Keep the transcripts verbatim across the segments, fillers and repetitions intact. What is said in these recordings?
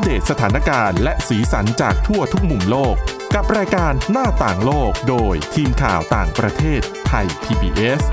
เดตสถานการณ์และสีสันจากทั่วทุกมุมโลกกับรายการหน้าต่างโลกโดยทีมข่าวต่างประเทศไทย พี บี เอส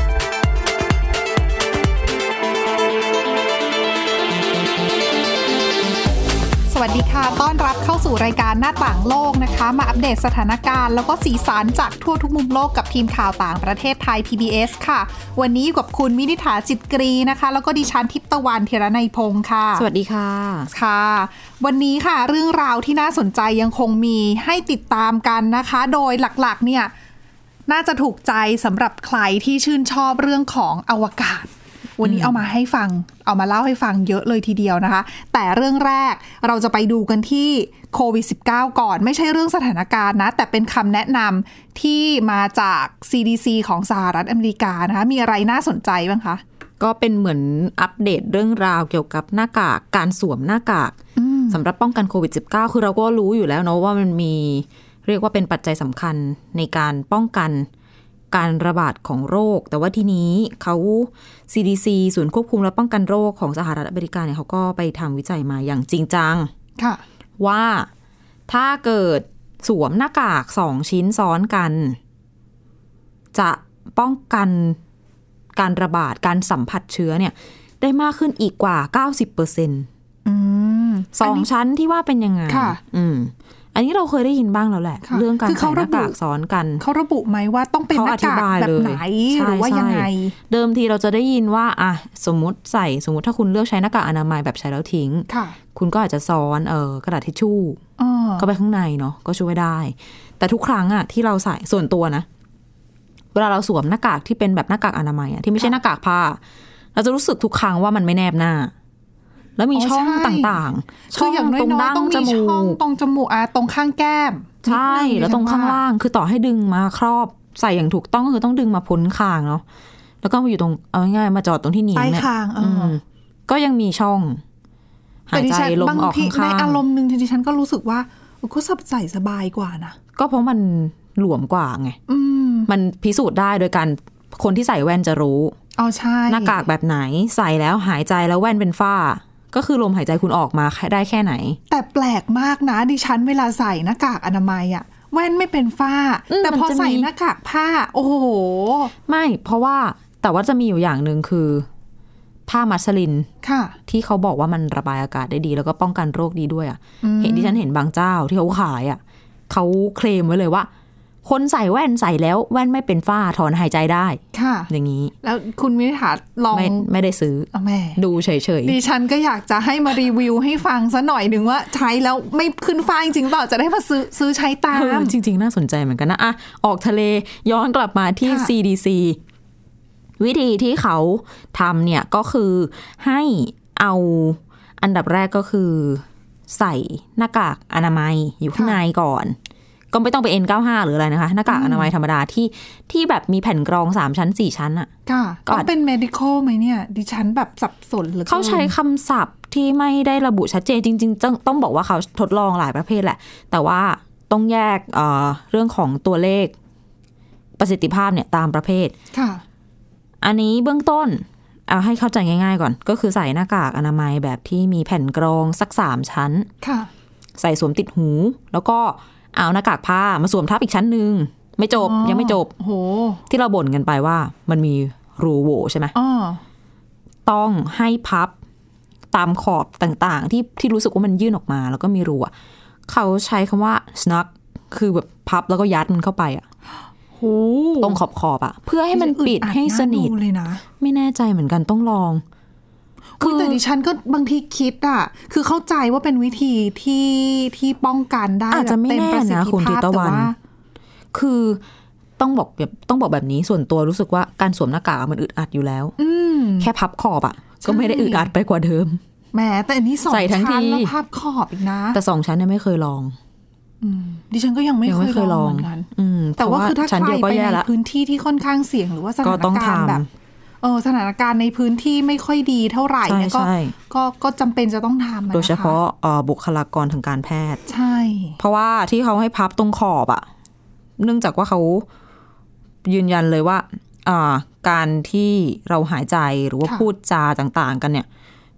สวัสดีค่ะต้อนรับเข้าสู่รายการหน้าต่างโลกนะคะมาอัปเดตสถานการณ์แล้วก็สีสันจากทั่วทุกมุมโลกกับทีมข่าวต่างประเทศไทย พี บี เอส ค่ะวันนี้อยู่กับคุณวินิษฐาจิตกรีนะคะแล้วก็ดิฉันทิพย์ตะวันเทระนัยพงค์ค่ะสวัสดีค่ะค่ะวันนี้ค่ะเรื่องราวที่น่าสนใจยังคงมีให้ติดตามกันนะคะโดยหลักๆเนี่ยน่าจะถูกใจสำหรับใครที่ชื่นชอบเรื่องของอวกาศวันนี้เอามาให้ฟังเอามาเล่าให้ฟังเยอะเลยทีเดียวนะคะแต่เรื่องแรกเราจะไปดูกันที่โควิด สิบเก้า ก่อนไม่ใช่เรื่องสถานการณ์นะแต่เป็นคำแนะนำที่มาจาก ซี ดี ซี ของสหรัฐอเมริกานะคะมีอะไรน่าสนใจบ้างคะก็เป็นเหมือนอัปเดตเรื่องราวเกี่ยวกับหน้ากากการสวมหน้ากากสำหรับป้องกันโควิด สิบเก้า คือเราก็รู้อยู่แล้วเนาะว่ามันมีเรียกว่าเป็นปัจจัยสำคัญในการป้องกันการระบาดของโรคแต่ว่าทีนี้เขา ซี ดี ซี ศูนย์ควบคุมและป้องกันโรคของสหรัฐอเมริกาเนี่ยเขาก็ไปทำวิจัยมาอย่างจริงจังว่าถ้าเกิดสวมหน้ากากสองชิ้นซ้อนกันจะป้องกันการระบาดการสัมผัสเชื้อเนี่ยได้มากขึ้นอีกกว่า เก้าสิบเปอร์เซ็นต์อืมสองชั้นที่ว่าเป็นยังไงอืมอันนี้เราเคยได้ยินบ้างแล้วแหละเรื่องการใส่หน้ากากซ้อนกันเขาระบุไหมว่าต้องเป็นหน้ากากแบบไหนหรือว่ายังไงเดิมทีเราจะได้ยินว่าอ่ะสมมติใส่สมมติถ้าคุณเลือกใช้หน้ากากอนามัยแบบใช้แล้วทิ้งคุณก็อาจจะซ้อนเออกระดาษทิชชู่เข้าไปข้างในเนาะก็ช่วยได้แต่ทุกครั้งอ่ะที่เราใส่ส่วนตัวนะเวลาเราสวมหน้ากากที่เป็นแบบหน้ากากอนามัยอ่ะที่ไม่ใช่หน้ากากผ้าเราจะรู้สึกทุกครั้งว่ามันไม่แนบหน้าแล้วมีช่องต่างๆช่องตรงดั้งจมูกตรงจมูกอ่ะตรงข้างแก้มใช่แล้วตรงข้างล่างคือต่อให้ดึงมาครอบใส่อย่างถูกต้องคือต้องดึงมาพ้นคางเนาะแล้วก็มาอยู่ตรงเอาง่ายๆมาจอดตรงที่เหนียงเนี่ยใต้คางก็ยังมีช่องหายใจลมออกข้างๆในอารมณ์นึงที่ฉันก็รู้สึกว่าก็ใส่สบายกว่านะก็เพราะมันหลวมกว่าไงมันพิสูจน์ได้โดยการคนที่ใส่แว่นจะรู้อ๋อใช่หน้ากากแบบไหนใส่แล้วหายใจแล้วแว่นเป็นฝ้าก็คือลมหายใจคุณออกมาได้แค่ไหนแต่แปลกมากนะดิฉันเวลาใส่หน้ากากอนามัยอะแว่นไม่เป็นฝ้าแต่พอใส่หน้ากากผ้าโอ้โหไม่เพราะว่าแต่ว่าจะมีอยู่อย่างนึงคือผ้ามัสลินที่เขาบอกว่ามันระบายอากาศได้ดีแล้วก็ป้องกันโรคดีด้วยอะเห็นดิฉันเห็นบางเจ้าที่เขาขายอะเขาเคลมไว้เลยว่าคนใส่แว่นใส่แล้วแว่นไม่เป็นฝ้าถอนหายใจได้ค่ะอย่างนี้แล้วคุณวินิษฐาลองไม่ไม่ได้ซื้อดูเฉยๆดิฉันก็อยากจะให้มารีวิวให้ฟังซะหน่อยหนึ่งว่าใช้แล้วไม่ขึ้นฝ้าจริงๆเปล่าจะได้มาซื้อซื้อใช้ตามจริงๆน่าสนใจเหมือนกันนะอ่ะออกทะเลย้อนกลับมาที่ ซี ดี ซี วิธีที่เขาทำเนี่ยก็คือให้เอาอันดับแรกก็คือใส่หน้ากากอนามัยอยู่ข้างในก่อนก็ไม่ต้องไป เอ็น เก้าสิบห้า หรืออะไรนะคะหน้ากากอนามัยธรรมดาที่ที่แบบมีแผ่นกรองสามชั้นสี่ชั้นอ่ะค่ะก็เป็น medical ไหมเนี่ยดิฉันแบบสับสนเหลือเกินเขาใช้คำศัพท์ที่ไม่ได้ระบุชัดเจนจริงๆต้องต้องบอกว่าเขาทดลองหลายประเภทแหละแต่ว่าต้องแยก เอ่อ เรื่องของตัวเลขประสิทธิภาพเนี่ยตามประเภทค่ะอันนี้เบื้องต้นเอาให้เข้าใจง่ายๆก่อนก็คือใส่หน้ากากอนามัยแบบที่มีแผ่นกรองสักสามชั้นค่ะใส่สวมติดหูแล้วก็เอาหน้ากากผ้ามาสวมทับอีกชั้นหนึ่งไม่จบยังไม่จบที่เราบ่นกันไปว่ามันมีรูโหว่ใช่ไหมต้องให้พับตามขอบต่างๆที่ที่รู้สึกว่ามันยื่นออกมาแล้วก็มีรูอ่ะเขาใช้คำว่า snug คือแบบพับแล้วก็ยัดมันเข้าไปอ่ะตรงขอบขอบอ่ะเพื่อให้มันปิดให้สนิทเลยนะไม่แน่ใจเหมือนกันต้องลองคือแต่ดิฉันก็บางทีคิดอ่ะคือเข้าใจว่าเป็นวิธีที่ที่ป้องกันได้อาจจะไม่แน่นะคุณทิตวันคือต้องบอกแบบต้องบอกแบบนี้ส่วนตัวรู้สึกว่าการสวมหน้ากากมันอึดอัดอยู่แล้วแค่พับขอบอ่ะก็ไม่ได้อึดอัดไปกว่าเดิมแหมแต่อันนี้สองชั้นแล้วพับขอบอีกนะแต่สองชั้นเนี่ยไม่เคยลองดิฉันก็ยังไม่เคยลองเหมือนกันแต่ว่าคือถ้าใครไปในพื้นที่ที่ค่อนข้างเสี่ยงหรือว่าสถานการณ์แบบเออสถานการณ์ในพื้นที่ไม่ค่อยดีเท่าไหร่เนี่ยก็ก็ก็จำเป็นจะต้องทำโดยเฉพาะบุคลากรทางการแพทย์ใช่เพราะว่าที่เขาให้พับตรงขอบอ่ะเนื่องจากว่าเขายืนยันเลยว่าการที่เราหายใจหรือว่าพูดจาต่างๆกันเนี่ย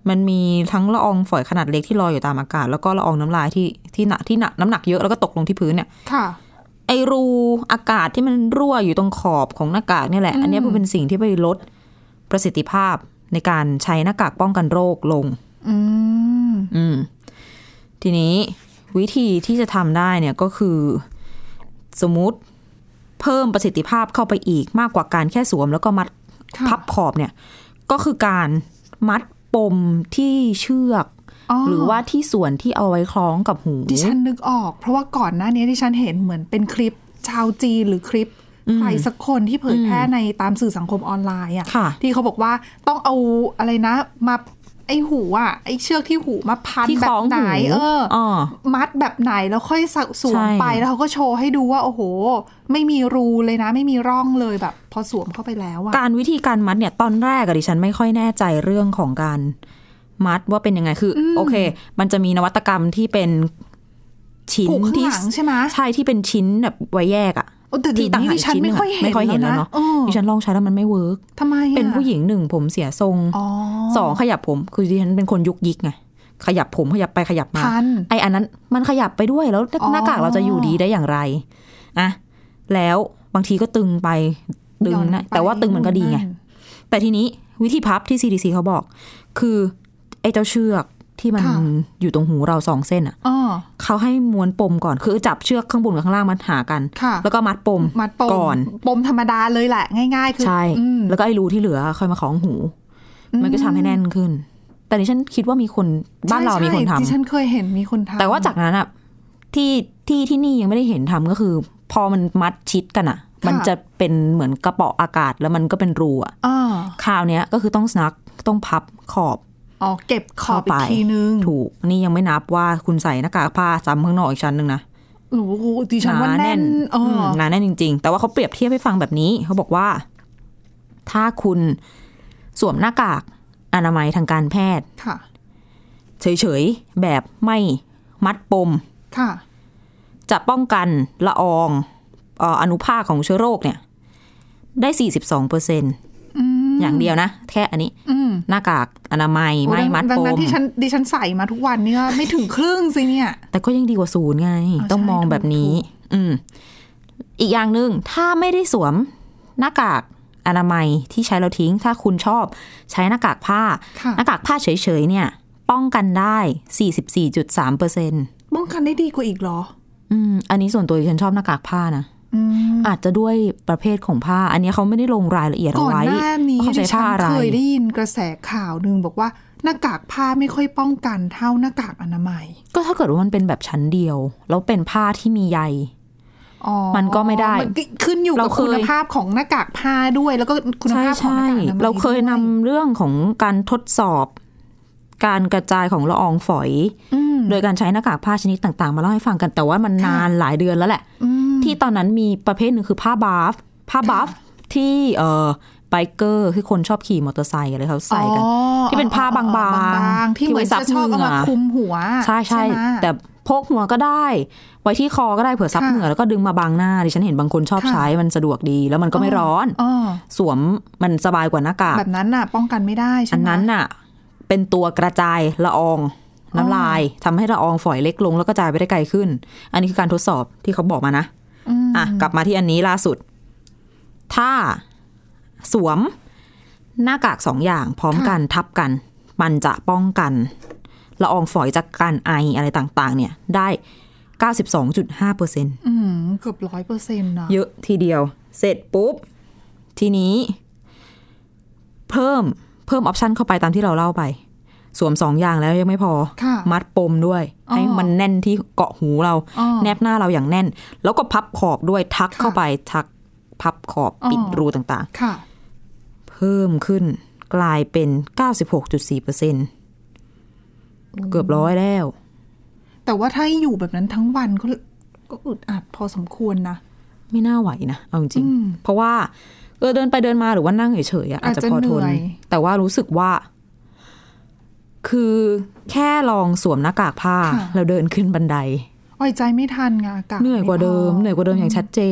มันมีทั้งละอองฝอยขนาดเล็กที่ลอยอยู่ตามอากาศแล้วก็ละอองน้ำลายที่ที่หนักที่หนักน้ำหนักเยอะแล้วก็ตกลงที่พื้นเนี่ยค่ะไอรูอากาศที่มันรั่วอยู่ตรงขอบของหน้ากากนี่แหละอันนี้มันเป็นสิ่งที่ไปลดประสิทธิภาพในการใช้หน้ากากป้องกันโรคลงอืมอืมทีนี้วิธีที่จะทำได้เนี่ยก็คือสมมุติเพิ่มประสิทธิภาพเข้าไปอีกมากกว่าการแค่สวมแล้วก็มัดพับขอบเนี่ยก็คือการมัดปมที่เชือกหรือว่าที่ส่วนที่เอาไว้คล้องกับหูดิฉันนึกออกเพราะว่าก่อนหน้านี้ดิฉันเห็นเหมือนเป็นคลิปชาวจีนหรือคลิปใครสักคนที่เผยแพร่ในตามสื่อสังคมออนไลน์อ่ะที่เขาบอกว่าต้องเอาอะไรนะมาไอหูอ่ะไอเชือกที่หูมาพันแบบไหนเออมัดแบบไหนแล้วค่อยสวมไปแล้วเขาก็โชว์ให้ดูว่าโอ้โหไม่มีรูเลยนะไม่มีร่องเลยแบบพอสวมเข้าไปแล้วอ่ะการวิธีการมัดเนี่ยตอนแรกอะดิฉันไม่ค่อยแน่ใจเรื่องของการมัดว่าเป็นยังไงคือโอเคมันจะมีนวัตกรรมที่เป็นชิ้นที่ใช่ไหมใช่ที่เป็นชิ้นแบบไว้แยกอะที่ต่างหากชิ้นไม่ค่อยเห็นไม่ค่อยเห็นแล้วเนาะดิฉันลองใช้แล้วมันไม่เวิร์กทำไมเป็นผู้หญิงหนึ่งผมเสียทรงสองขยับผมคือดิฉันเป็นคนยุกยิกไงขยับผมขยับไปขยับมาไออันนั้นมันขยับไปด้วยแล้วหน้ากากเราจะอยู่ดีได้อย่างไรอะแล้วบางทีก็ตึงไปดึงนะแต่ว่าตึงมันก็ดีไงแต่ทีนี้วิธีพับที่ ซี ดี ซี เขาบอกคือไอ้เจ้าเชือกที่มันอยู่ตรงหูเราสองเส้นอ่ะเขาให้ม้วนปมก่อนคือจับเชือกข้างบนกับข้างล่างมันหากันแล้วก็มัดปมก่อนปมธรรมดาเลยแหละง่ายๆคือใช่แล้วก็ไอ้รูที่เหลือค่อยมาคล้องหูมันก็ทำให้แน่นขึ้นแต่ดิฉันคิดว่ามีคนบ้านเรามีคนทำดิฉันเคยเห็นมีคนทำแต่ว่าจากนั้นอ่ะที่ที่ที่นี่ยังไม่ได้เห็นทำก็คือพอมันมัดชิดกันอ่ะมันจะเป็นเหมือนกระเป๋าอากาศแล้วมันก็เป็นรูอ่ะคราวนี้ก็คือต้องซักต้องพับขอบอ๋อเก็บขอบอีกทีนึงถูกนี่ยังไม่นับว่าคุณใส่หน้ากากผ้าซ้ำข้างนอกอีกชั้นนึงนะโอ้โหดิฉันว่าแน่นหนาแน่นจริงๆแต่ว่าเขาเปรียบเทียบให้ฟังแบบนี้เขาบอกว่าถ้าคุณสวมหน้ากากอนามัยทางการแพทย์เฉยๆแบบไม่มัดปมจะป้องกันละอองอนุภาคของเชื้อโรคเนี่ยได้ สี่สิบสองเปอร์เซ็นต์ อย่างเดียวนะแค่อันนี้หน้ากากอนามัยไม่มัดปมดังนั้นที่ฉันดิฉันใส่มาทุกวันเนี่ยไม่ถึงครึ่งสิเนี่ยแต่ก็ยังดีกว่าศูนย์ไงต้องมองแบบนี้อืมอีกอย่างนึงถ้าไม่ได้สวมหน้ากากอนามัยที่ใช้แล้วทิ้งถ้าคุณชอบใช้หน้ากากผ้าหน้ากากผ้าเฉยๆเนี่ยป้องกันได้ สี่สิบสี่จุดสามเปอร์เซ็นต์ป้องกันได้ดีกว่าอีกเหรออืมอันนี้ส่วนตัวฉันชอบหน้ากากผ้านะอาจจะด้วยประเภทของผ้าอันนี้เขาไม่ได้ลงรายละเอียดเอาไว้ก่อนหน้านี้ดิฉันเคยได้ยินกระแสข่าวนึงบอกว่าหน้ากากผ้าไม่ค่อยป้องกันเท่าหน้ากากอนามัยก็ถ้าเกิดว่ามันเป็นแบบชั้นเดียวแล้วเป็นผ้าที่มีใยมันก็ไม่ได้ขึ้นอยู่กับคุณภาพของหน้ากากผ้าด้วยแล้วก็คุณภาพของหน้ากากอนามัยเราเคยนำเรื่องของการทดสอบการกระจายของละอองฝอยโดยการใช้หน้ากากผ้าชนิดต่างๆมาเล่าให้ฟังกันแต่ว่ามันนานหลายเดือนแล้วแหละที่ตอนนั้นมีประเภทหนึ่งคือผ้าบาฟผ้าบาฟที่เอ่อไบเกอร์ที่คนชอบขี่มอเตอร์ไซค์อะไรเขาใส่กันที่เป็นผ้าบางๆที่ไว้ซับเหงื่อคุมหัวใช่ใช่แต่พกหัวก็ได้ไว้ที่คอก็ได้เผื่อซับเหงื่อแล้วก็ดึงมาบังหน้าดิฉันเห็นบางคนชอบใช้มันสะดวกดีแล้วมันก็ไม่ร้อนสวมมันสบายกว่าหน้ากากแบบนั้นน่ะป้องกันไม่ได้ใช่ไหมอันนั้นน่ะเป็นตัวกระจายละอองน้ำลายทำให้ละอองฝอยเล็กลงแล้วก็กระจายไปได้ไกลขึ้นอันนี้คือการทดสอบที่เขาบอกมานะอ่ะกลับมาที่อันนี้ล่าสุดถ้าสวมหน้ากากสองอย่างพร้อมกันทับกันมันจะป้องกันละอองฝอยจากการไออะไรต่างๆเนี่ยได้ เก้าสิบสองจุดห้าเปอร์เซ็นต์อืมเกือบ ร้อยเปอร์เซ็นต์ นะเยอะทีเดียวเสร็จปุ๊บทีนี้เพิ่มเพิ่มออปชันเข้าไปตามที่เราเล่าไปสวมสองอย่างแล้วยังไม่พอมัดปมด้วยให้มันแน่นที่เกาะหูเราแนบหน้าเราอย่างแน่นแล้วก็พับขอบด้วยทักเข้าไปทักพับขอบปิดรูต่างๆเพิ่มขึ้นกลายเป็น เก้าสิบหกจุดสี่เปอร์เซ็นต์ เกือบร้อยแล้วแต่ว่าถ้าอยู่แบบนั้นทั้งวันก็ก็อึดอัดพอสมควรนะไม่น่าไหวนะเอาจริงเพราะว่าเออเดินไปเดินมาหรือว่านั่งเฉยๆอาจจะพอทนแต่ว่ารู้สึกว่าคือแค่ลองสวมหน้ากากผ้าแล้วเดินขึ้นบันไดอ้อยใจไม่ทันไงอากาศเหนื่อยกว่าเดิมเหนื่อยกว่าเดิมอย่างชัดเจน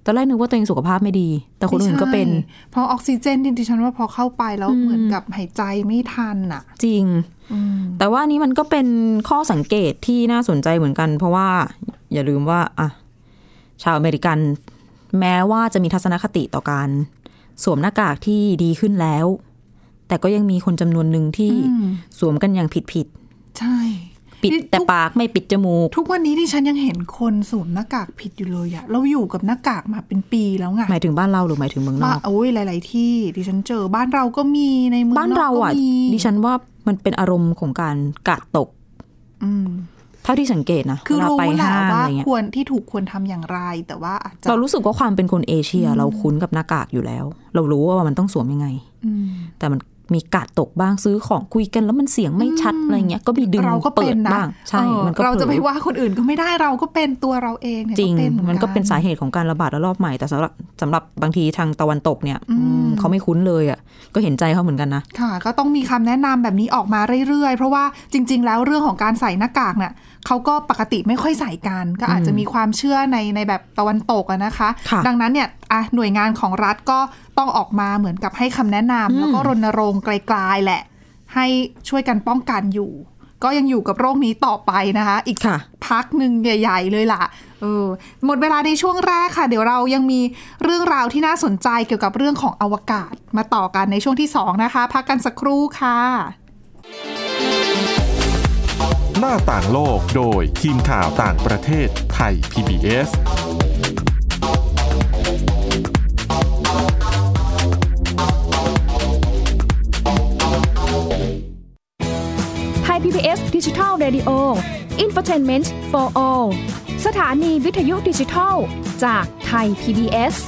ตอนแรกนึกว่าตัวเองสุขภาพไม่ดีแต่คนอื่นก็เป็นเพราะออกซิเจนดิฉันว่าพอเข้าไปแล้วเหมือนกับหายใจไม่ทันอ่ะจริงแต่ว่านี้มันก็เป็นข้อสังเกตที่น่าสนใจเหมือนกันเพราะว่าอย่าลืมว่าอ่ะชาวอเมริกันแม้ว่าจะมีทัศนคติต่อการสวมหน้ากากที่ดีขึ้นแล้วแต่ก็ยังมีคนจำนวนหนึ่งที่สวมกันอย่างผิดๆใช่ปิดแต่ปากไม่ปิดจมูกทุกวันนี้ดิฉันยังเห็นคนสวมหน้ากากผิดอยู่เลยอะเราอยู่กับหน้ากากมาเป็นปีแล้วไงหมายถึงบ้านเราหรือหมายถึงเมืองนอกโอ้ยหลายๆที่ดิฉันเจอบ้านเราก็มีในเมืองนอกก็มีบ้านเราอะดิฉันว่ามันเป็นอารมณ์ของการกาดตกเท่าที่สังเกตนะคือรู้แหละว่าควรที่ถูกควรทำอย่างไรแต่ว่าอาจจะเรารู้สึกว่าความเป็นคนเอเชียเราคุ้นกับหน้ากากอยู่แล้วเรารู้ว่ามันต้องสวมยังไงแต่มันมีกาดตกบ้างซื้อของคุยกันแล้วมันเสียงไม่ชัดอะไรเงี้ยก็มีดึงเปิดบ้างใช่มันก็เราจะไปว่าคนอื่นก็ไม่ได้เราก็เป็นตัวเราเองเนี่ยจริงมันก็เป็นสาเหตุของการระบาดระลอกใหม่แต่สำหรับสำหรับบางทีทางตะวันตกเนี่ยเขาไม่คุ้นเลยอ่ะก็เห็นใจเขาเหมือนกันนะค่ะก็ต้องมีคำแนะนำแบบนี้ออกมาเรื่อยๆเพราะว่าจริงๆแล้วเรื่องของการใส่หน้ากากเนี่ยเขาก็ปกติไม่ค่อยใส่กันก็อาจจะมีความเชื่อในในแบบตะวันตกอะนะคะดังนั้นเนี่ยหน่วยงานของรัฐก็ต้องออกมาเหมือนกับให้คำแนะนำแล้วก็รณรงค์ไกลๆแหละให้ช่วยกันป้องกันอยู่ก็ยังอยู่กับโรคนี้ต่อไปนะคะอีกพักหนึ่งใหญ่ๆเลยล่ะเออหมดเวลาในช่วงแรกค่ะเดี๋ยวเรายังมีเรื่องราวที่น่าสนใจเกี่ยวกับเรื่องของอวกาศมาต่อกันในช่วงที่สองนะคะพักกันสักครู่ค่ะหน้าต่างโลกโดยทีมข่าวต่างประเทศไทย พี บี เอสไทย พี บี เอส Digital Radio Infotainment for All สถานีวิทยุดิจิทัลจากไทย พี บี เอส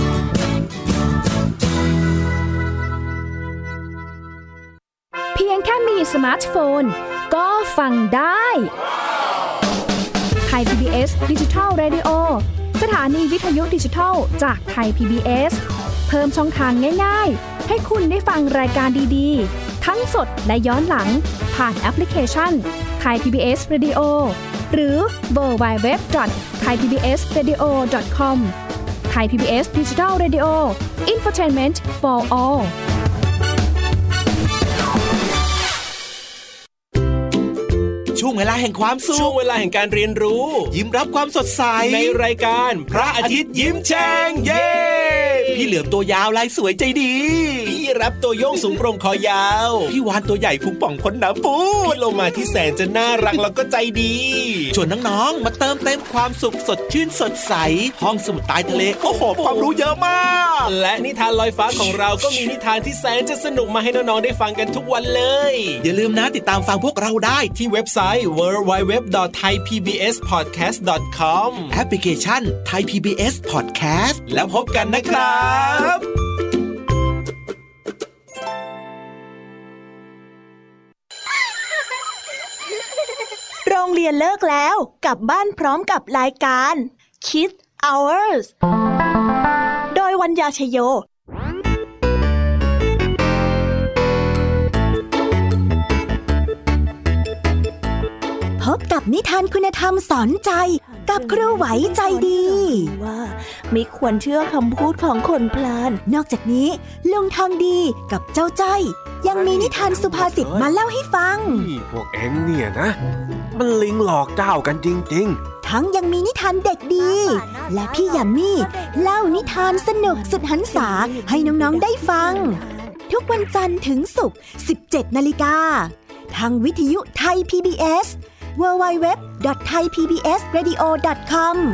เพียงแค่มีสมาร์ทโฟนก็ฟังได้ไทย พี บี เอส Digital Radio สถานีวิทยุดิจิทัลจากไทย พี บี เอส เพิ่มช่องทางง่ายๆให้คุณได้ฟังรายการดีๆทั้งสดและย้อนหลังผ่านแอปพลิเคชัน Thai พี บี เอส Radio หรือ ดับเบิลยู ดับเบิลยู ดับเบิลยู ดอท ไทย พี บี เอส เรดิโอ ดอท คอม Thai พี บี เอส Digital Radio Infotainment for All ช่วงเวลาแห่งความสุขช่วงเวลาแห่งการเรียนรู้ยิ้มรับความสดใสในรายการพระอาทิตย์ยิ้มแฉ่งเย้พี่เหลือมตัวยาวลายสวยใจดีพี่รับตัวโยงสูงโปร่งคอยาวพี่วานตัวใหญ่พุงป่องพ้นน้ำปูพี่โลมาที่แสนจะน่ารักแล้วก็ใจดีชวนน้องๆมาเติมเต็มความสุขสดชื่นสดใสห้องสมุดใต้ทะเลโอ้โหความรู้เยอะมากและนิทานลอยฟ้าของเราก็มีนิทานที่แสนจะสนุกมาให้น้องๆได้ฟังกันทุกวันเลยอย่าลืมนะติดตามฟังพวกเราได้ที่เว็บไซต์ ดับเบิลยู ดับเบิลยู ดับเบิลยู ดอท ไทย พี บี เอส พอดแคสต์ ดอท คอม แอปพลิเคชัน Thai พี บี เอส Podcast แล้วพบกันนะครับโรงเรียนเลิกแล้วกลับบ้านพร้อมกับรายการ Kids Hours โดยวัญญาชโยพบกับนิทานคุณธรรมสอนใจกับครูไหวใจดีว่าไม่ควรเชื่อคำพูดของคนพลานนอกจากนี้ลุงทองดีกับเจ้าจ้อยยังมีนิทานสุภาษิตมาเล่าให้ฟังพวกเอ็งเนี่ยนะมันลิงหลอกเจ้ากันจริงๆทั้งยังมีนิทานเด็กดีและพี่ยามีเล่านิทานสนุกสุดหรรษาให้น้องๆได้ฟังทุกวันจันทร์ถึงศุกร์ สิบเจ็ดนาฬิกาทางวิทยุไทย พี บี เอส ดับเบิลยู ดับเบิลยู ดับเบิลยู ดอท ไทย พี บี เอส เรดิโอ ดอท คอม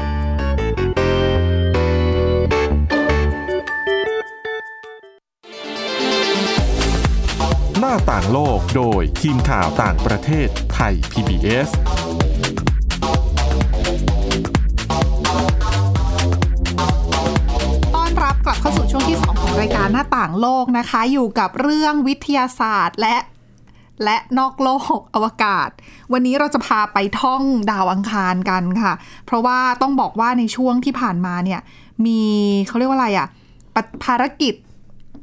หน้าต่างโลกโดยทีมข่าวต่างประเทศไทย พี บี เอสต้อนรับกลับเข้าสู่ช่วงที่สองของรายการหน้าต่างโลกนะคะอยู่กับเรื่องวิทยาศาสตร์และและนอกโลกอวกาศวันนี้เราจะพาไปท่องดาวอังคารกันค่ะเพราะว่าต้องบอกว่าในช่วงที่ผ่านมาเนี่ยมีเขาเรียกว่าอะไรอ่ะภารกิจ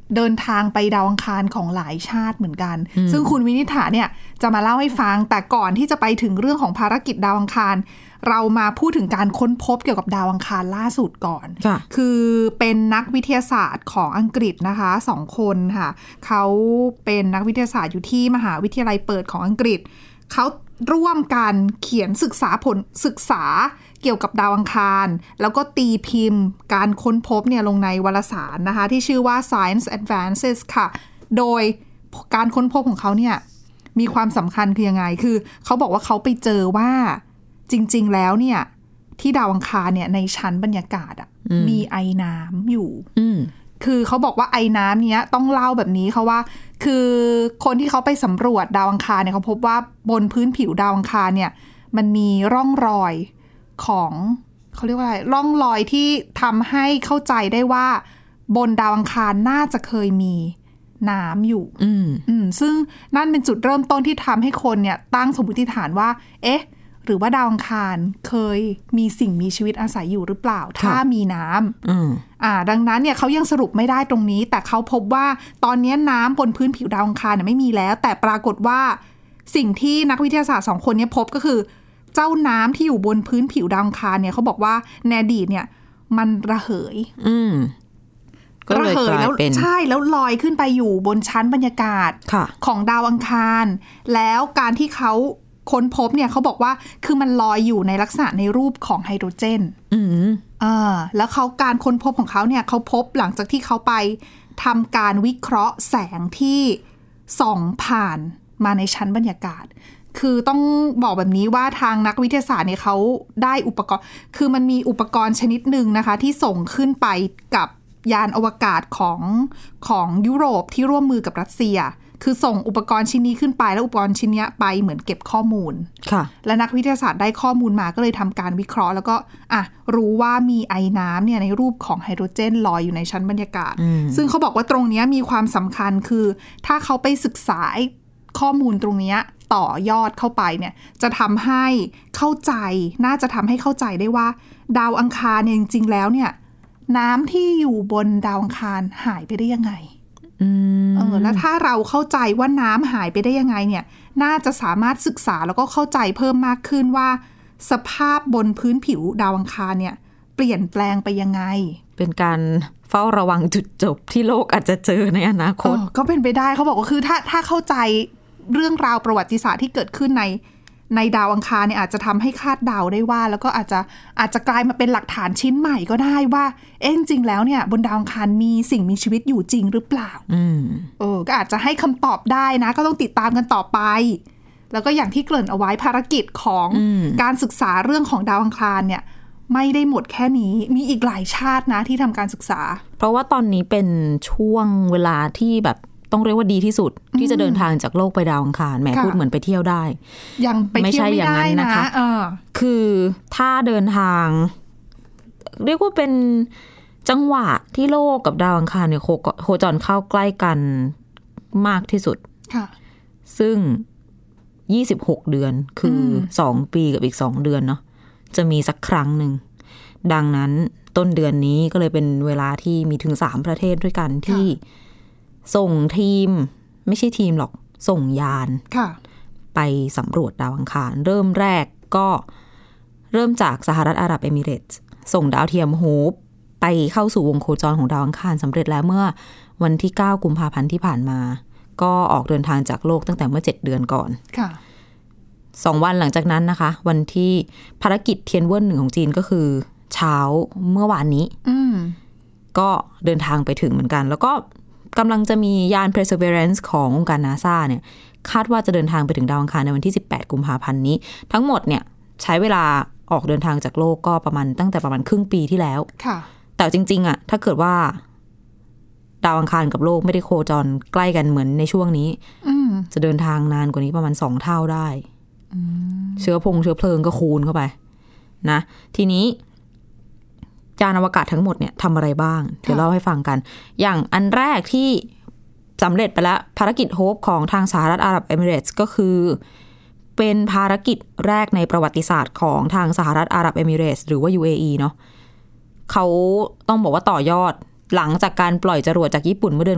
เดินทางไปดาวอังคารของหลายชาติเหมือนกันซึ่งคุณวินิษฐาเนี่ยจะมาเล่าให้ฟังแต่ก่อนที่จะไปถึงเรื่องของภารกิจดาวอังคารเรามาพูดถึงการค้นพบเกี่ยวกับดาวอังคารล่าสุดก่อนคือเป็นนักวิทยาศาสตร์ของอังกฤษนะคะสองคนค่ะเขาเป็นนักวิทยาศาสตร์อยู่ที่มหาวิทยาลัยเปิดของอังกฤษเขาร่วมกันเขียนศึกษาผลศึกษาเกี่ยวกับดาวอังคารแล้วก็ตีพิมพ์การค้นพบเนี่ยลงในวารสารนะคะที่ชื่อว่า Science Advances ค่ะโดยการค้นพบของเขาเนี่ยมีความสำคัญคือยังไงคือเขาบอกว่าเขาไปเจอว่าจริงๆแล้วเนี่ยที่ดาวอังคารเนี่ยในชั้นบรรยากาศอ่ะมีไอน้ำอยู่คือเขาบอกว่าไอน้ำเนี้ยต้องเล่าแบบนี้เขาว่าคือคนที่เขาไปสำรวจดาวอังคารเนี่ยเขาพบว่าบนพื้นผิวดาวอังคารเนี่ยมันมีร่องรอยของเขาเรียกว่าอะไรร่องรอยที่ทำให้เข้าใจได้ว่าบนดาวอังคารน่าจะเคยมีน้ำอยู่อืมอืมซึ่งนั่นเป็นจุดเริ่มต้นที่ทำให้คนเนี่ยตั้งสมมติฐานว่าเอ๊ะหรือว่าดาวอังคารเคยมีสิ่งมีชีวิตอาศัยอยู่หรือเปล่าถ้ามีน้ำอ่าดังนั้นเนี่ยเขายังสรุปไม่ได้ตรงนี้แต่เขาพบว่าตอนนี้น้ำบนพื้นผิวดาวอังคารเนี่ยไม่มีแล้วแต่ปรากฏว่าสิ่งที่นักวิทยาศาสตร์สองคนนี้พบก็คือเจ้าน้ำที่อยู่บนพื้นผิวดาวอังคารเนี่ยเขาบอกว่าในอดีตเนี่ยมันระเหยระเหยแล้วใช่แล้วลอยขึ้นไปอยู่บนชั้นบรรยากาศของดาวอังคารแล้วการที่เขาค้นพบเนี่ยเขาบอกว่าคือมันลอยอยู่ในลักษณะในรูปของไฮโดรเจนอืมอ่าแล้วเขาการค้นพบของเขาเนี่ยเขาพบหลังจากที่เขาไปทำการวิเคราะห์แสงที่ส่องผ่านมาในชั้นบรรยากาศคือต้องบอกแบบนี้ว่าทางนักวิทยาศาสตร์เนี่ยเขาได้อุปกรณ์คือมันมีอุปกรณ์ชนิดหนึ่งนะคะที่ส่งขึ้นไปกับยานอวกาศของของยุโรปที่ร่วมมือกับรัสเซียคือส่งอุปกรณ์ชิ้นนี้ขึ้นไปแล้วอุปกรณ์ชิ้นนี้ไปเหมือนเก็บข้อมูลค่ะและนักวิทยาศาสตร์ได้ข้อมูลมาก็เลยทำการวิเคราะห์แล้วก็อ่ะรู้ว่ามีไอน้ำเนี่ยในรูปของไฮโดรเจนลอยอยู่ในชั้นบรรยากาศซึ่งเขาบอกว่าตรงนี้มีความสำคัญคือถ้าเขาไปศึกษาข้อมูลตรงนี้ต่อยอดเข้าไปเนี่ยจะทำให้เข้าใจน่าจะทำให้เข้าใจได้ว่าดาวอังคารเนี่ยจริงๆแล้วเนี่ยน้ำที่อยู่บนดาวอังคารหายไปได้ยังไงเออแล้วถ้าเราเข้าใจว่าน้ำหายไปได้ยังไงเนี่ยน่าจะสามารถศึกษาแล้วก็เข้าใจเพิ่มมากขึ้นว่าสภาพบนพื้นผิวดาวอังคารเนี่ยเปลี่ยนแปลงไปยังไงเป็นการเฝ้าระวังจุดจบที่โลกอาจจะเจอในอนาคตก็เป็นไปได้เขาบอกว่าคือถ้าถ้าเข้าใจเรื่องราวประวัติศาสตร์ที่เกิดขึ้นในในดาวอังคารเนี่ยอาจจะทำให้คาดเดาได้ว่าแล้วก็อาจจะอาจจะกลายมาเป็นหลักฐานชิ้นใหม่ก็ได้ว่าเอ๊ะจริงๆแล้วเนี่ยบนดาวอังคารมีสิ่งมีชีวิตอยู่จริงหรือเปล่าเออก็อาจจะให้คำตอบได้นะก็ต้องติดตามกันต่อไปแล้วก็อย่างที่เกริ่นเอาไว้ภารกิจของการศึกษาเรื่องของดาวอังคารเนี่ยไม่ได้หมดแค่นี้มีอีกหลายชาตินะที่ทำการศึกษาเพราะว่าตอนนี้เป็นช่วงเวลาที่แบบต้องเรียกว่าดีที่สุดที่จะเดินทางจากโลกไปดาวอังคารแหมพูดเหมือนไปเที่ยวได้ยังไปเที่ยวไม่ได้นะคะคือถ้าเดินทางเรียกว่าเป็นจังหวะที่โลกกับดาวอังคารเนี่ยโคจรเข้าใกล้กันมากที่สุดซึ่งยี่สิบหกเดือนคือสองปีกับอีกสองเดือนเนาะจะมีสักครั้งหนึ่งดังนั้นต้นเดือนนี้ก็เลยเป็นเวลาที่มีถึงสามประเทศด้วยกันที่ส่งทีมไม่ใช่ทีมหรอกส่งยานไปสำรวจดาวอังคารเริ่มแรกก็เริ่มจากสหรัฐอาหรับเอมิเรตส์ส่งดาวเทียมโฮปไปเข้าสู่วงโคจรของดาวอังคารสำเร็จแล้วเมื่อวันที่เก้ากุมภาพันธ์ที่ผ่านมาก็ออกเดินทางจากโลกตั้งแต่เมื่อเจ็ดเดือนก่อนสองวันหลังจากนั้นนะคะวันที่ภารกิจเทียนเวิ้นหนึ่งของจีนก็คือเช้าเมื่อวานนี้ก็เดินทางไปถึงเหมือนกันแล้วก็กำลังจะมียาน Perseverance ขององค์การ NASA เนี่ยคาดว่าจะเดินทางไปถึงดาวอังคารในวันที่สิบแปดกุมภาพันธ์นี้ทั้งหมดเนี่ยใช้เวลาออกเดินทางจากโลกก็ประมาณตั้งแต่ประมาณครึ่งปีที่แล้วแต่จริงๆอ่ะถ้าเกิดว่าดาวอังคารกับโลกไม่ได้โคจรใกล้กันเหมือนในช่วงนี้จะเดินทางนานกว่านี้ประมาณสองเท่าได้เชื้อพงเชื้อเพลิงก็คูณเข้าไปนะทีนี้ยานอวกาศทั้งหมดเนี่ยทำอะไรบ้างเดี๋ยวเล่าให้ฟังกันอย่างอันแรกที่สำเร็จไปแล้วภารกิจโฮปของทางสหรัฐอาหรับเอมิเรตส์ก็คือเป็นภารกิจแรกในประวัติศาสตร์ของทางสหรัฐอาหรับเอมิเรตส์หรือว่า ยู เอ อี เนาะเขาต้องบอกว่าต่อยอดหลังจากการปล่อยจรวดจากญี่ปุ่นเมื่อเดือน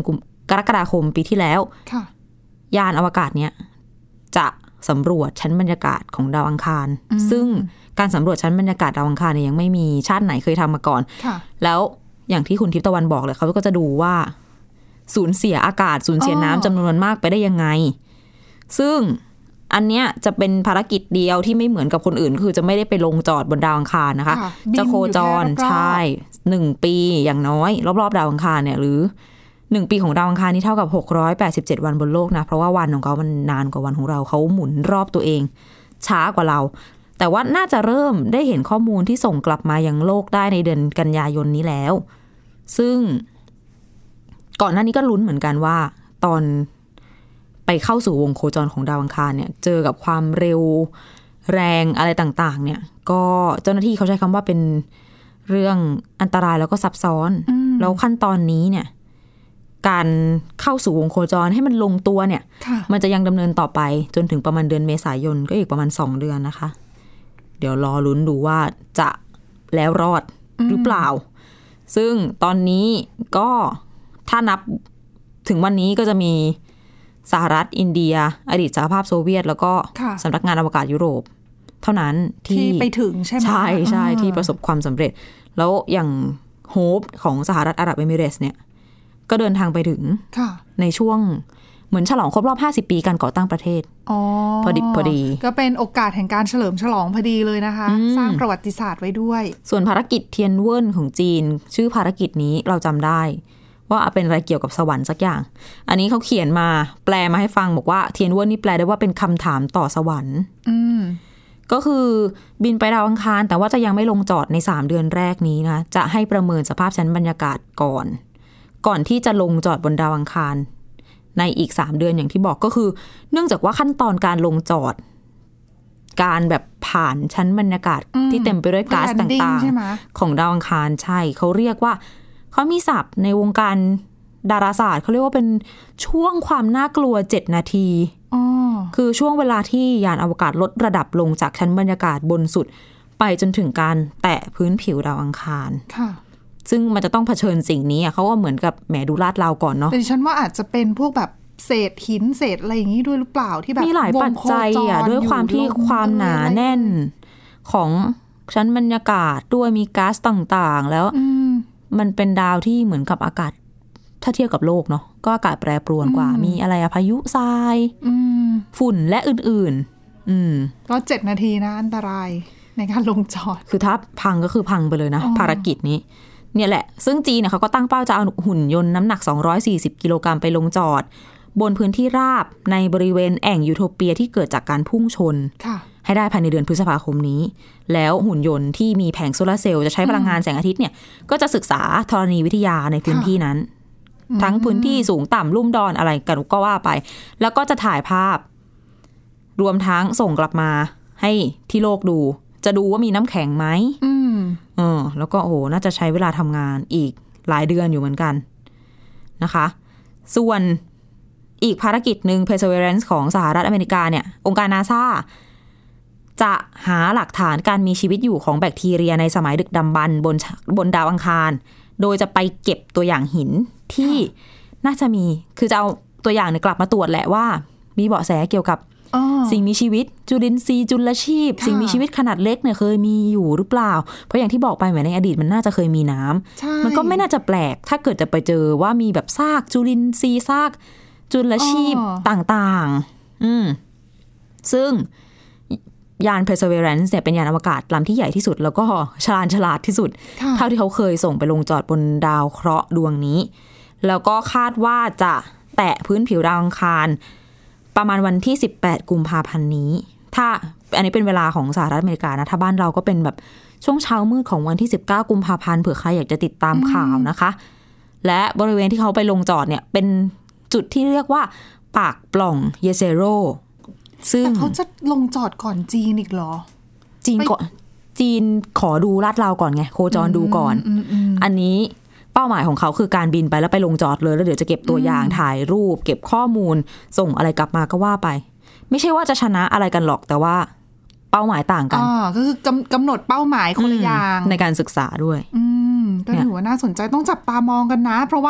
กรกฎาคมปีที่แล้วยานอวกาศเนี้ยจะสำรวจชั้นบรรยากาศของดาวอังคารซึ่งการสำรวจชั้นบรรยากาศดาวอังคารเนี่ยยังไม่มีชาติไหนเคยทำมาก่อนแล้วอย่างที่คุณทิพย์ตะวันบอกเลยเขาก็จะดูว่าสูญเสียอากาศสูญเสียน้ำจำนวนมากไปได้ยังไงซึ่งอันเนี้ยจะเป็นภารกิจเดียวที่ไม่เหมือนกับคนอื่นคือจะไม่ได้ไปลงจอดบนดาวอังคารนะคะจะโคจรใช่หนึ่งปีอย่างน้อยรอบๆดาวอังคารเนี่ยหรือหนึ่งปีของดาวอังคารนี่เท่ากับหกร้อยแปดสิบเจ็ดวันบนโลกนะเพราะว่าวันของเขามันนานกว่าวันของเราเขาหมุนรอบตัวเองช้ากว่าเราแต่ว่าน่าจะเริ่มได้เห็นข้อมูลที่ส่งกลับมายังโลกได้ในเดือนกันยายนนี้แล้วซึ่งก่อนหน้านี้ก็ลุ้นเหมือนกันว่าตอนไปเข้าสู่วงโคจรของดาวอังคารเนี่ยเจอกับความเร็วแรงอะไรต่างๆเนี่ยก็เจ้าหน้าที่เขาใช้คำว่าเป็นเรื่องอันตรายแล้วก็ซับซ้อนแล้วขั้นตอนนี้เนี่ยการเข้าสู่วงโคจรให้มันลงตัวเนี่ยมันจะยังดำเนินต่อไปจนถึงประมาณเดือนเมษายนก็อีกประมาณสองเดือนนะคะเดี๋ยวรอลุ้นดูว่าจะแล้วรอดหรือเปล่าซึ่งตอนนี้ก็ถ้านับถึงวันนี้ก็จะมีสหรัฐอินเดียอดีตสหภาพโซเวียตแล้วก็สำนักงานอวกาศยุโรปเท่านั้นที่ไปถึงใช่ไหมใช่ใช่ที่ประสบความสำเร็จแล้วอย่างโฮปของสหรัฐอาหรับเอมิเรตส์เนี่ยก็เดินทางไปถึงในช่วงเหมือนฉลองครบรอบห้าสิบปีการก่อตั้งประเทศอ๋อพอดีพอดีก็เป็นโอกาสแห่งการเฉลิมฉลองพอดีเลยนะคะสร้างประวัติศาสตร์ไว้ด้วยส่วนภารกิจเทียนเวินของจีนชื่อภารกิจนี้เราจำได้ว่าเป็นอะไรเกี่ยวกับสวรรค์สักอย่างอันนี้เขาเขียนมาแปลมาให้ฟังบอกว่าเทียนเวินนี่แปลได้ว่าเป็นคำถามต่อสวรรค์ก็คือบินไปดาวอังคารแต่ว่าจะยังไม่ลงจอดในสามเดือนแรกนี้นะจะให้ประเมินสภาพชั้นบรรยากาศก่อนก่อนที่จะลงจอดบนดาวอังคารในอีกสามเดือนอย่างที่บอกก็คือเนื่องจากว่าขั้นตอนการลงจอดการแบบผ่านชั้นบรรยากาศที่เต็มไปด้วยก๊าซต่างๆของดาวอังคารใช่เขาเรียกว่าเขามีศัพท์ในวงการดาราศาสตร์เขาเรียกว่าเป็นช่วงความน่ากลัวเจ็ดนาทีคือช่วงเวลาที่ยานอวกาศลดระดับลงจากชั้นบรรยากาศบนสุดไปจนถึงการแตะพื้นผิวดาวอังคารซึ่งมันจะต้องเผชิญสิ่งนี้เขาก็เหมือนกับแหมดูลาดราวก่อนเนาะแต่ฉันว่าอาจจะเป็นพวกแบบเศษหินเศษอะไรอย่างนี้ด้วยหรือเปล่าที่แบบมีหลายปัจจัยอ่ะด้วยความที่ความหนาแน่นของชั้นบรรยากาศด้วยมีก๊าซต่างๆแล้วมันเป็นดาวที่เหมือนกับอากาศถ้าเทียบกับโลกเนาะก็อากาศแปรปรวนกว่ามีอะไรอะพายุทรายฝุ่นและอื่นๆก็เจ็ดนาทีนะอันตรายในการลงจอดคือถ้าพังก็คือพังไปเลยนะภารกิจนี้เนี่ยแหละซึ่งจีนเนี่ยเขาก็ตั้งเป้าจะเอาหุ่นยนต์น้ำหนักสองร้อยสี่สิบกิโลกรัมไปลงจอดบนพื้นที่ราบในบริเวณแอ่งยูโทเปียที่เกิดจากการพุ่งชนให้ได้ภายในเดือนพฤษภาคมนี้แล้วหุ่นยนต์ที่มีแผงโซลาร์เซลล์จะใช้พลังงานแสงอาทิตย์เนี่ยก็จะศึกษาธรณีวิทยาในพื้นที่นั้นทั้งพื้นที่สูงต่ำลุ่มดอนอะไรกันก็ว่าไปแล้วก็จะถ่ายภาพรวมทั้งส่งกลับมาให้ที่โลกดูจะดูว่ามีน้ำแข็งไหมอืมเออแล้วก็โอ้โหน่าจะใช้เวลาทำงานอีกหลายเดือนอยู่เหมือนกันนะคะส่วนอีกภารกิจหนึ่ง Perseverance ของสหรัฐอเมริกาเนี่ยองค์การ NASA จะหาหลักฐานการมีชีวิตอยู่ของแบคทีเรียในสมัยดึกดำบรรพ์บนบนดาวอังคารโดยจะไปเก็บตัวอย่างหินที่น่าจะมีคือจะเอาตัวอย่างเนี่ยกลับมาตรวจแหละว่ามีเบาะแสเกี่ยวกับสิ่งมีชีวิตจุลินทรีย์จุลชีพสิ่งมีชีวิตขนาดเล็กเนี่ยเคยมีอยู่หรือเปล่าเพราะอย่างที่บอกไปเหมือนในอดีตมันน่าจะเคยมีน้ำมันก็ไม่น่าจะแปลกถ้าเกิดจะไปเจอว่ามีแบบซากจุลินทรีย์ซากจุลชีพต่างๆอืมซึ่งยาน Perseverance เนี่ยเป็นยานอวกาศลำที่ใหญ่ที่สุดแล้วก็ฉลาดฉลาดที่สุดเท่าที่เขาเคยส่งไปลงจอดบนดาวเคราะห์ดวงนี้แล้วก็คาดว่าจะแตะพื้นผิวดาวอังคารประมาณวันที่สิบแปดกุมภาพันธ์นี้ถ้าอันนี้เป็นเวลาของสหรัฐอเมริกานะถ้าบ้านเราก็เป็นแบบช่วงเช้ามืดของวันที่สิบเก้ากุมภาพันธ์เผื่อใครอยากจะติดตามข่าวนะคะและบริเวณที่เขาไปลงจอดเนี่ยเป็นจุดที่เรียกว่าปากปล่องเยเซโรซึ่งแต่เขาจะลงจอดก่อนจีนอีกเหรอจีนก่อนจีนขอดูลาดราวก่อนไงโคจรดูก่อนอันนี้เป้าหมายของเขาคือการบินไปแล้วไปลงจอดเลยแล้วเดี๋ยวจะเก็บตัวอย่างถ่ายรูปเก็บข้อมูลส่งอะไรกลับมาก็ว่าไปไม่ใช่ว่าจะชนะอะไรกันหรอกแต่ว่าเป้าหมายต่างกันอ๋อก็คือกำกำหนดเป้าหมายคนละอย่างในการศึกษาด้วยอืมก็ถือว่าน่าสนใจต้องจับตามองกันนะเพราะว่า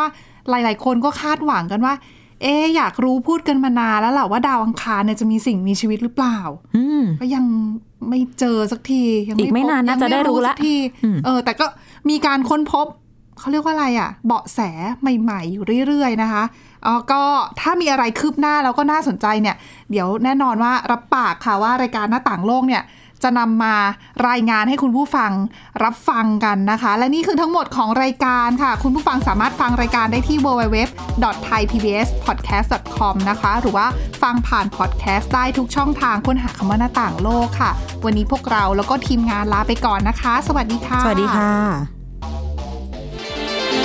หลายๆคนก็คาดหวังกันว่าเอ๊ะอยากรู้พูดกันมานานแล้วแหละว่าดาวอังคารเนี่ยจะมีสิ่งมีชีวิตหรือเปล่าก็ยังไม่เจอสักทียังอีกไม่นานน่าจะได้รู้ละทีเออแต่ก็มีการค้นพบเขาเรียกว่าอะไรอ่ะเบาะแสใหม่ๆอยู่เรื่อยๆนะคะอ๋อก็ถ้ามีอะไรคืบหน้าแล้วก็น่าสนใจเนี่ยเดี๋ยวแน่นอนว่ารับปากค่ะว่ารายการหน้าต่างโลกเนี่ยจะนำมารายงานให้คุณผู้ฟังรับฟังกันนะคะและนี่คือทั้งหมดของรายการค่ะคุณผู้ฟังสามารถฟังรายการได้ที่ ดับเบิลยู ดับเบิลยู ดับเบิลยู ดอท ไทย พี บี เอส พอดแคสต์ ดอท คอม นะคะหรือว่าฟังผ่านพอดแคสต์ได้ทุกช่องทางค้นหาคำว่าหน้าต่างโลกค่ะวันนี้พวกเราแล้วก็ทีมงานลาไปก่อนนะคะสวัสดีค่ะสวัสดีค่ะ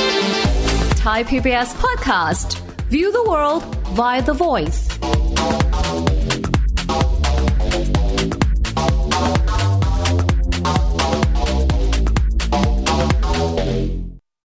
Thai พี บี เอส Podcast View the world via the voice